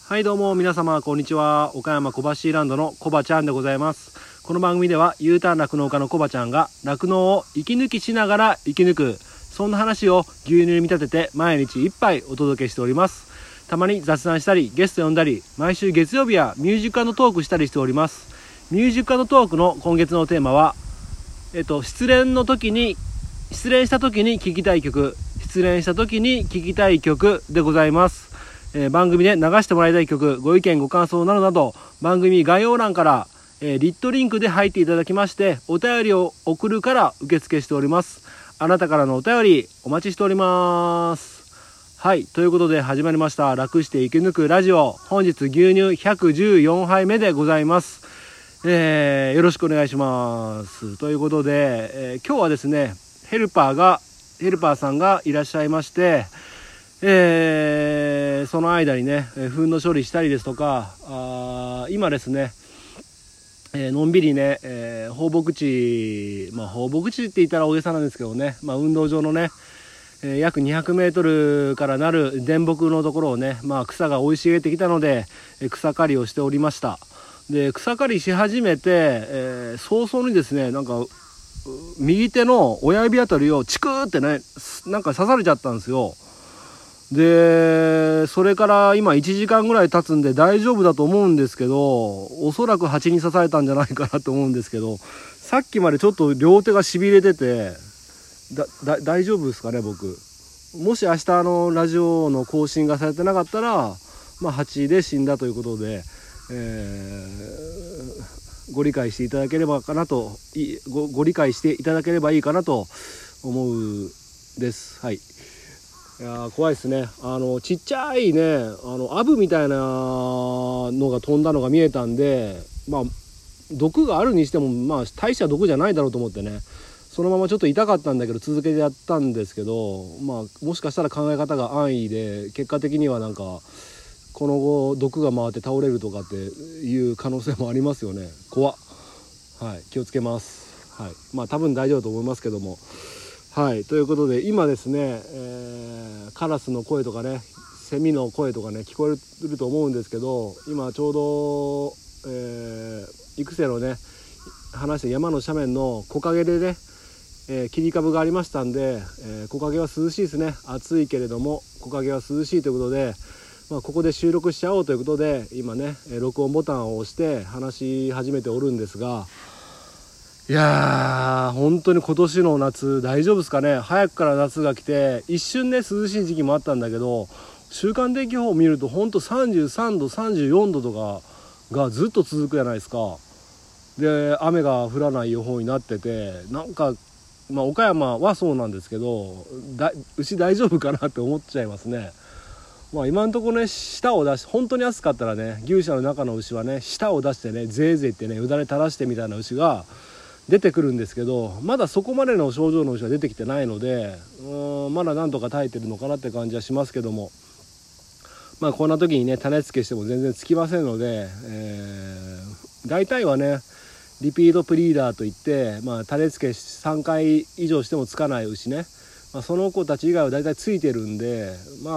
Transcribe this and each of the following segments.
はいどうも皆様こんにちは。岡山小橋ランドのコバちゃんでございます。この番組では U ターン酪農家のコバちゃんが酪農を息抜きしながら生き抜く、そんな話を牛乳に見立てて毎日一杯お届けしております。たまに雑談したりゲスト呼んだり、毎週月曜日はミュージック&トークしたりしております。ミュージック&トークの今月のテーマは失恋した時に聴きたい曲、失恋した時に聴きたい曲でございます。番組で流してもらいたい曲、ご意見ご感想などなど番組概要欄から、リットリンクで入っていただきましてお便りを送るから受付しております。あなたからのお便りお待ちしております。はい、ということで始まりました楽して生き抜くラジオ。本日牛乳114杯目でございます。よろしくお願いします。ということで、今日はですねヘルパーさんがいらっしゃいまして、その間にね糞の処理したりですとか、今ですね、のんびりね、放牧地って言ったら大げさなんですけどね、運動場のね、約200メートルからなる田木のところをね、草が生い茂ってきたので、草刈りをしておりました。で草刈りし始めて、早々にですねなんか右手の親指あたりをチクーってねなんか刺されちゃったんですよ。でそれから今1時間ぐらい経つんで大丈夫だと思うんですけど、おそらく蜂に刺されたんじゃないかなと思うんですけど、さっきまでちょっと両手がしびれてて大丈夫ですかね。僕もし明日ラジオの更新がされてなかったら、蜂で死んだということで、ご理解していただければいいかなと思うです。はい。いや怖いですね。ちっちゃいねアブみたいなのが飛んだのが見えたんで、毒があるにしても大した毒じゃないだろうと思ってね、そのままちょっと痛かったんだけど続けてやったんですけど、もしかしたら考え方が安易で結果的にはなんかこの後毒が回って倒れるとかっていう可能性もありますよね。怖っ。はい、気をつけます。はい、多分大丈夫と思いますけども。はい、ということで今ですね、カラスの声とかねセミの声とかね聞こえると思うんですけど、今ちょうど、育成のね話して山の斜面の木陰でね、切り株がありましたんで、木陰は涼しいですね。暑いけれども木陰は涼しいということで、ここで収録しちゃおうということで今ね録音ボタンを押して話し始めておるんですが、いやー本当に今年の夏大丈夫ですかね。早くから夏が来て一瞬ね涼しい時期もあったんだけど、週間天気予報を見ると本当33度34度とかがずっと続くじゃないですか。で雨が降らない予報になってて、なんか岡山はそうなんですけど牛大丈夫かなって思っちゃいますね。今のところね舌を出して本当に暑かったらね牛舎の中の牛はね舌を出してねぜいぜいってねうだれ垂らしてみたいな牛が出てくるんですけど、まだそこまでの症状の牛は出てきてないので、まだなんとか耐えてるのかなって感じはしますけども、こんな時にね種付けしても全然つきませんので、大体はねリピートプリーダーといって、種付け3回以上してもつかない牛ね、その子たち以外は大体ついてるんで、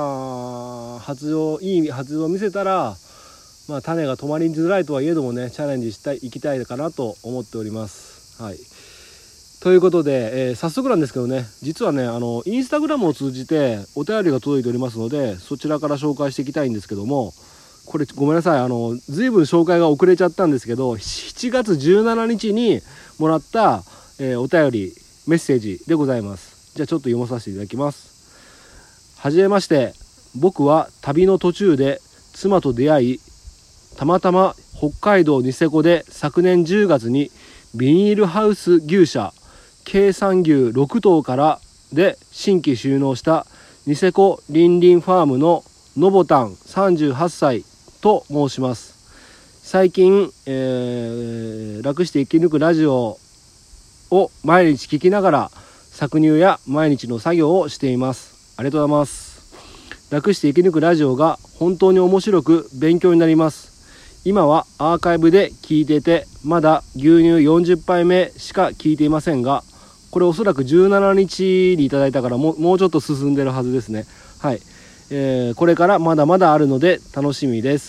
いい発情を見せたら、種が止まりづらいとはいえどもねチャレンジいきたいかなと思っております。はい、ということで、早速なんですけどね、実はねインスタグラムを通じてお便りが届いておりますので、そちらから紹介していきたいんですけども、これごめんなさい随分紹介が遅れちゃったんですけど、7月17日にもらった、お便りメッセージでございます。じゃあちょっと読まさせていただきます。はじめまして。僕は旅の途中で妻と出会い、たまたま北海道ニセコで昨年10月にビニールハウス牛舎計算牛6頭からで新規収納したニセコリンリンファームののぼたん38歳と申します。最近、楽して生き抜くラジオを毎日聞きながら搾乳や毎日の作業をしています。ありがとうございます。楽して生き抜くラジオが本当に面白く勉強になります。今はアーカイブで聞いててまだ牛乳40杯目しか聞いていませんが、これおそらく17日にいただいたからもうちょっと進んでるはずですね。はい、これからまだまだあるので楽しみです。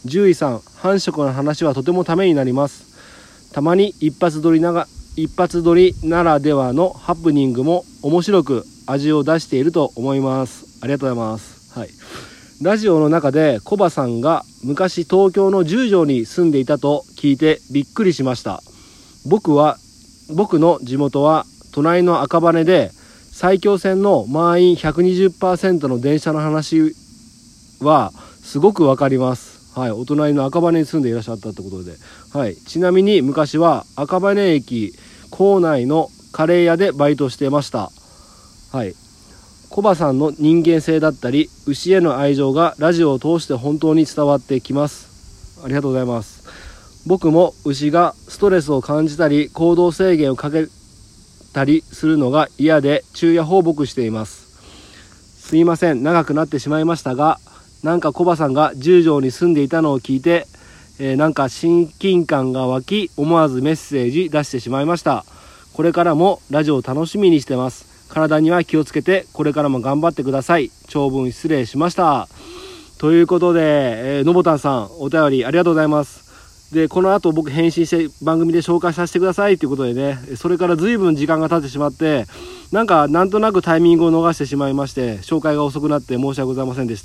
獣医さん、繁殖の話はとてもためになります。たまに一発撮りならではのハプニングも面白く味を出していると思います。ありがとうございます。はい。ラジオの中でコバさんが昔東京の十条に住んでいたと聞いてびっくりしました。僕の地元は隣の赤羽で、埼京線の満員 120% の電車の話はすごくわかります。はい、お隣の赤羽に住んでいらっしゃったってことで、はい、ちなみに昔は赤羽駅構内のカレー屋でバイトしてました。はい、コバさんの人間性だったり牛への愛情がラジオを通して本当に伝わってきます。ありがとうございます。僕も牛がストレスを感じたり行動制限をかけたりするのが嫌で昼夜放牧しています。すいません、長くなってしまいましたが、なんかコバさんが十条に住んでいたのを聞いて、なんか親近感が湧き、思わずメッセージ出してしまいました。これからもラジオを楽しみにしてます。体には気をつけてこれからも頑張ってください。長文失礼しました。ということで、のぼたんさんお便りありがとうございます。でこの後僕返信して番組で紹介させてくださいということでね、それから随分時間が経ってしまって、なんとなくタイミングを逃してしまいまして、紹介が遅くなって申し訳ございませんでした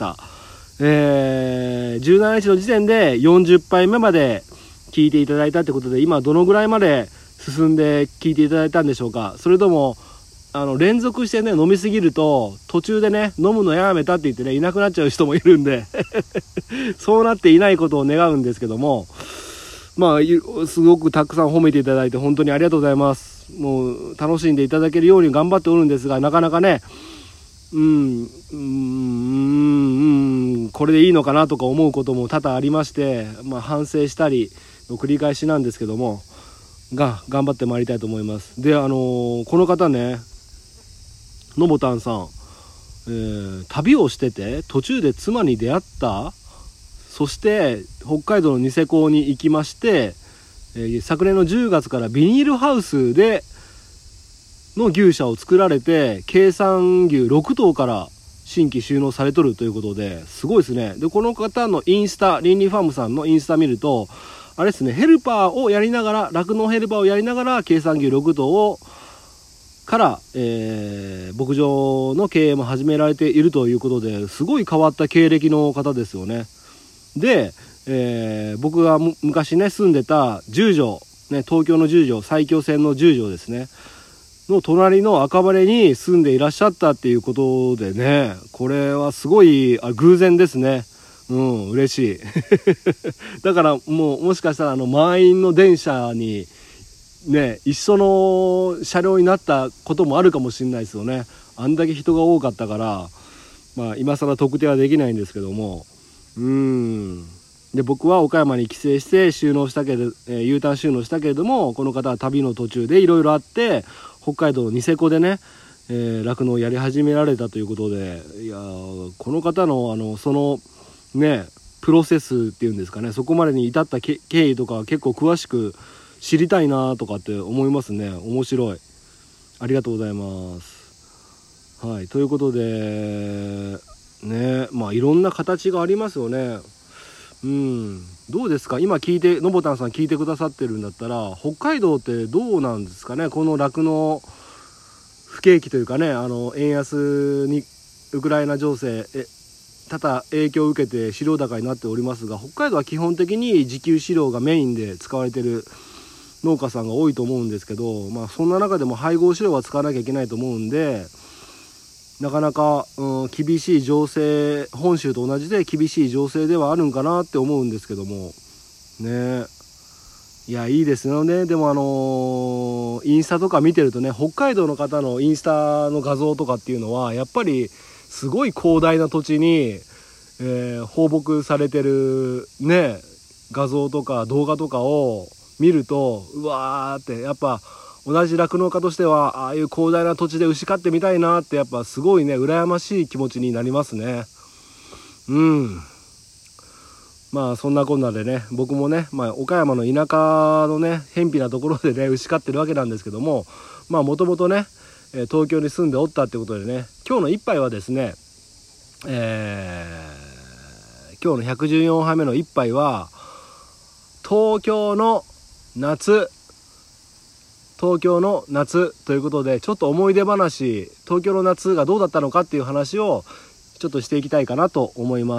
。17日の時点で40杯目まで聞いていただいたということで、今どのぐらいまで進んで聞いていただいたんでしょうか。それとも連続してね飲みすぎると途中でね飲むのやめたって言ってねいなくなっちゃう人もいるんでそうなっていないことを願うんですけども、すごくたくさん褒めていただいて本当にありがとうございます。もう楽しんでいただけるように頑張っておるんですが、なかなかねこれでいいのかなとか思うことも多々ありまして、反省したりの繰り返しなんですけども、頑張ってまいりたいと思います。でこの方ね、のぼたんさん、旅をしてて途中で妻に出会った、そして北海道のニセコに行きまして、昨年の10月からビニールハウスでの牛舎を作られて、経産牛6頭から新規収納されとるということで、すごいですね。でこの方のインスタ、リンリーファームさんのインスタ見るとあれですね、ヘルパーをやりながら、酪農ヘルパーをやりながら経産牛6頭をから、牧場の経営も始められているということで、すごい変わった経歴の方ですよね。で、僕が昔ね住んでた十条、ね、東京の十条、埼京線の十条ですねの隣の赤羽に住んでいらっしゃったっていうことでね、これはすごい偶然ですね。嬉しいだからもしかしたら満員の電車にね一緒の車両になったこともあるかもしれないですよね。あんだけ人が多かったから、今更特定はできないんですけども、で僕は岡山に帰省して収納したけど、U ターン収納したけれども、この方は旅の途中でいろいろあって北海道のニセコでね酪農をやり始められたということで、いやこの方のそのねプロセスっていうんですかね、そこまでに至った経緯とか結構詳しく知りたいなとかって思いますね。面白い。ありがとうございます。はい、ということでね、いろんな形がありますよね。どうですか、今のぼたんさん聞いてくださってるんだったら、北海道ってどうなんですかね。この酪農不景気というかね、円安にウクライナ情勢多々影響を受けて飼料高になっておりますが、北海道は基本的に自給飼料がメインで使われている農家さんが多いと思うんですけど、そんな中でも配合飼料は使わなきゃいけないと思うんで、なかなか、厳しい情勢、本州と同じで厳しい情勢ではあるんかなって思うんですけどもね。いやいいですよね。でもインスタとか見てるとね、北海道の方のインスタの画像とかっていうのはやっぱりすごい広大な土地に、放牧されてるね画像とか動画とかを見ると、うわーってやっぱ同じ酪農家としてはああいう広大な土地で牛飼ってみたいなってやっぱすごいね羨ましい気持ちになりますね。そんなこんなでね、僕もね、岡山の田舎のね偏僻なところでね牛飼ってるわけなんですけども、もともとね東京に住んでおったってことでね、今日の一杯はですね、 今日の114杯目の一杯は東京の夏ということで、ちょっと思い出話、東京の夏がどうだったのかっていう話をちょっとしていきたいかなと思います。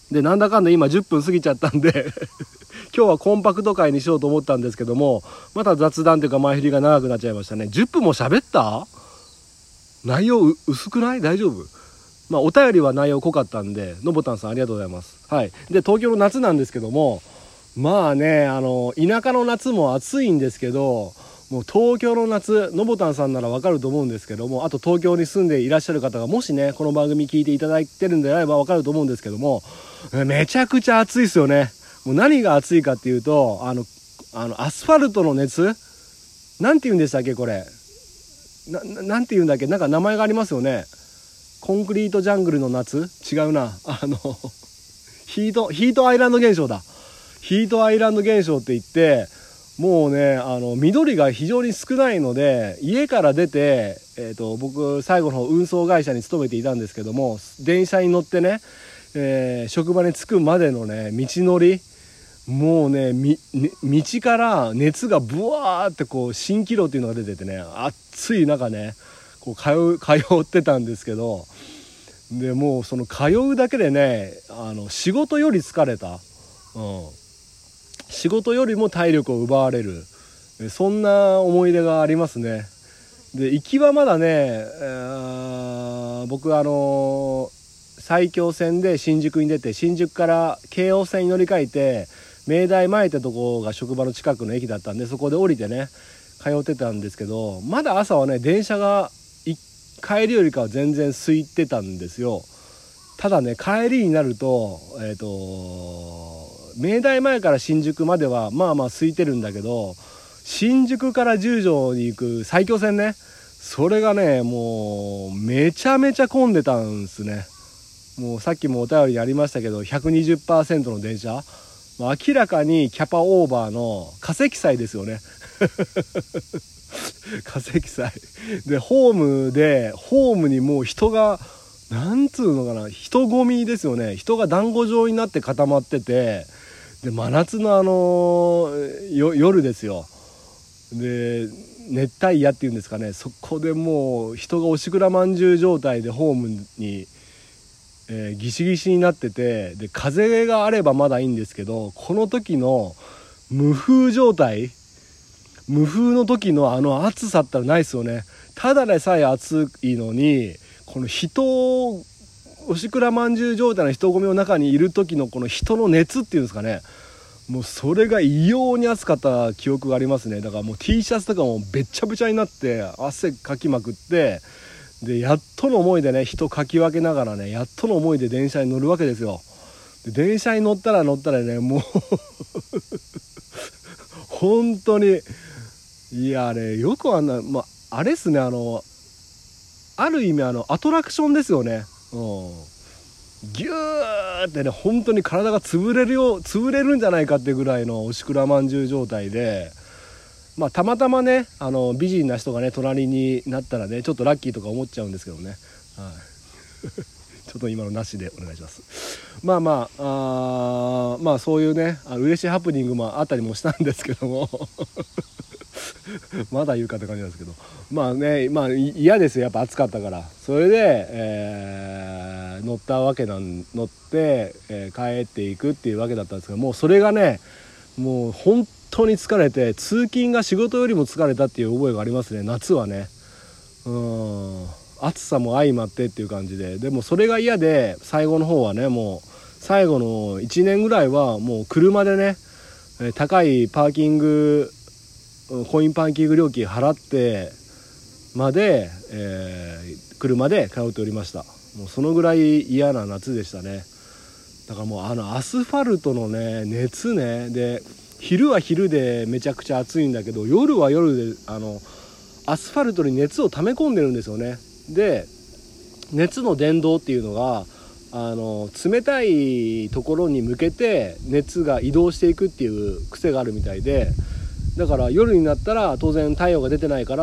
で、なんだかんだ今10分過ぎちゃったんで今日はコンパクト回にしようと思ったんですけども、また雑談というか前振りが長くなっちゃいましたね。10分も喋った？内容薄くない？大丈夫？まあお便りは内容濃かったんで、のぼたんさんありがとうございます。はい。で、東京の夏なんですけども、まあね、田舎の夏も暑いんですけど、もう東京の夏、のぼたんさんならわかると思うんですけども、あと東京に住んでいらっしゃる方がもしねこの番組聞いていただいてるんであればわかると思うんですけども、めちゃくちゃ暑いですよね。もう何が暑いかっていうと、アスファルトの熱、なんて言うんでしたっけこれ、なんて言うんだっけ、なんか名前がありますよね。コンクリートジャングルの夏、違うな、ヒートアイランド現象だ。ヒートアイランド現象って言って、もうね緑が非常に少ないので、家から出て、僕最後の方運送会社に勤めていたんですけども、電車に乗ってね、職場に着くまでのね道のり、もうね道から熱がブワーってこう蜃気楼っていうのが出ててね、暑い中ねこう通ってたんですけど、でもうその通うだけでね仕事より疲れた、仕事よりも体力を奪われる、そんな思い出がありますね。で行きはまだね、僕埼京線で新宿に出て、新宿から京王線に乗り換えて明大前ってとこが職場の近くの駅だったんで、そこで降りてね通ってたんですけど、まだ朝はね電車が帰りよりかは全然空いてたんですよ。ただね帰りになると明大前から新宿まではまあまあ空いてるんだけど、新宿から十条に行く埼京線ね、それがねもうめちゃめちゃ混んでたんですね。もうさっきもお便りにありましたけど 120% の電車、明らかにキャパオーバーの過積載ですよね過積載で、ホームにもう人がなんつうのかな、人混みですよね。人が団子状になって固まってて、で真夏の夜ですよ。で熱帯夜っていうんですかね、そこでもう人がおしくらまんじゅう状態でホームに、ギシギシになってて、で風があればまだいいんですけど、この時の無風状態、無風の時の暑さったらないですよね。ただでさえ暑いのに、このおしくらまんじゅう状態の人混みの中にいる時のこの人の熱っていうんですかね、もうそれが異様に暑かった記憶がありますね。だからもう T シャツとかもべっちゃべちゃになって汗かきまくって、でやっとの思いでね人かき分けながらね、やっとの思いで電車に乗るわけですよ。で電車に乗ったらねもう本当に、いやあれよくあれっすね、ある意味アトラクションですよね。ギューってね本当に体が潰れるんじゃないかってぐらいのおしくらまんじゅう状態で、たまたまね美人な人がね隣になったらねちょっとラッキーとか思っちゃうんですけどね、はいちょっと今のなしでお願いします。そういうね嬉しいハプニングもあったりもしたんですけどもまだ言うかって感じなんですけど、嫌ですよ、やっぱ暑かったから。それで、乗って、帰っていくっていうわけだったんですけど、もうそれがねもう本当に疲れて、通勤が仕事よりも疲れたっていう覚えがありますね、夏はね。暑さも相まってっていう感じで、でもそれが嫌で最後の方はね、もう最後の1年ぐらいはもう車でね高いコインパーキング料金払ってまで、車で通っておりました。もうそのぐらい嫌な夏でしたね。だからもうアスファルトのね熱ね、で昼は昼でめちゃくちゃ暑いんだけど、夜は夜でアスファルトに熱を溜め込んでるんですよね。で熱の伝導っていうのが冷たいところに向けて熱が移動していくっていう癖があるみたいで、だから夜になったら当然太陽が出てないから、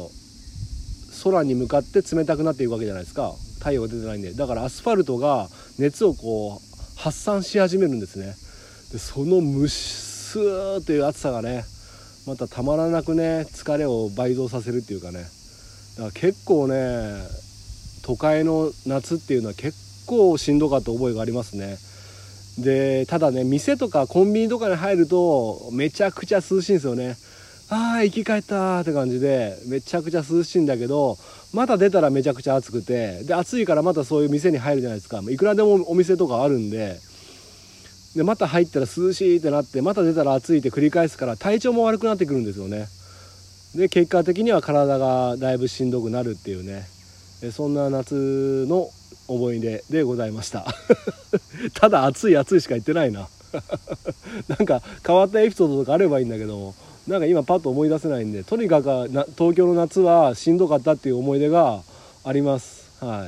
空に向かって冷たくなっていくわけじゃないですか、太陽が出てないんで。だからアスファルトが熱をこう発散し始めるんですね。でそのムスーという暑さがねまたたまらなくね疲れを倍増させるっていうかね、だから結構ね都会の夏っていうのは結構しんどかった覚えがありますね。でただね店とかコンビニとかに入るとめちゃくちゃ涼しいんですよね。ああ生き返ったって感じでめちゃくちゃ涼しいんだけど、また出たらめちゃくちゃ暑くて、で暑いからまたそういう店に入るじゃないですか。いくらでもお店とかあるんで、でまた入ったら涼しいってなって、また出たら暑いって繰り返すから体調も悪くなってくるんですよね。で結果的には体がだいぶしんどくなるっていうね、そんな夏の思い出でございましたただ暑い暑いしか言ってないななんか変わったエピソードとかあればいいんだけども、なんか今パッと思い出せないんで、とにかく東京の夏はしんどかったっていう思い出があります。はい。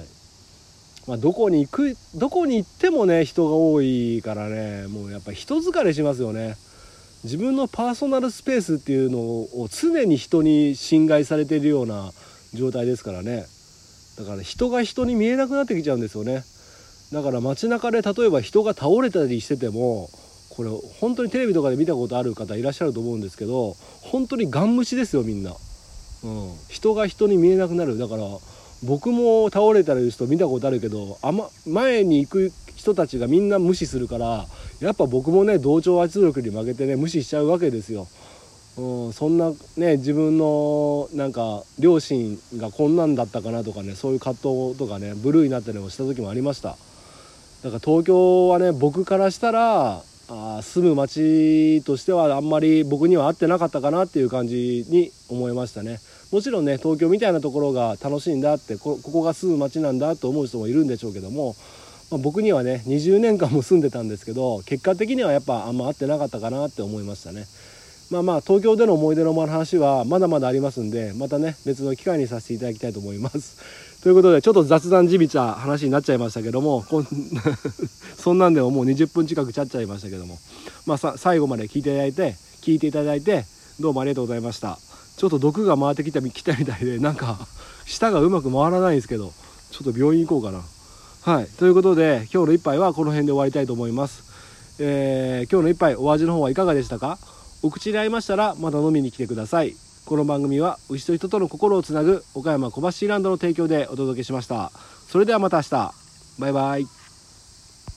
どこに行ってもね人が多いからね、もうやっぱ人疲れしますよね。自分のパーソナルスペースっていうのを常に人に侵害されているような状態ですからね。だから人が人に見えなくなってきちゃうんですよね。だから街中で例えば人が倒れたりしてても、これ本当にテレビとかで見たことある方いらっしゃると思うんですけど、本当にガン無視ですよみんな、人が人に見えなくなる。だから僕も倒れたり人見たことあるけど、前に行く人たちがみんな無視するから、やっぱ僕もね同調圧力に負けてね無視しちゃうわけですよ。そんなね自分のなんか両親がこんなんだったかなとかね、そういう葛藤とかねブルーになったりもした時もありました。だから東京はね僕からしたら住む町としてはあんまり僕には合ってなかったかなっていう感じに思いましたね。もちろんね東京みたいなところが楽しいんだって、ここが住む町なんだと思う人もいるんでしょうけども、僕にはね20年間も住んでたんですけど、結果的にはやっぱあんま合ってなかったかなって思いましたね。東京での思い出の話はまだまだありますんで、またね別の機会にさせていただきたいと思いますということで、ちょっと雑談じみた話になっちゃいましたけどもそんなんでももう20分近く経っちゃいましたけども、最後まで聞いていただいてどうもありがとうございました。ちょっと毒が回ってきたみたいで、なんか舌がうまく回らないんですけど、ちょっと病院行こうかな。はい、ということで今日の一杯はこの辺で終わりたいと思います。今日の一杯お味の方はいかがでしたか？お口に合いましたらまた飲みに来てください。この番組は牛と人との心をつなぐ岡山小橋ランドの提供でお届けしました。それではまた明日。バイバイ。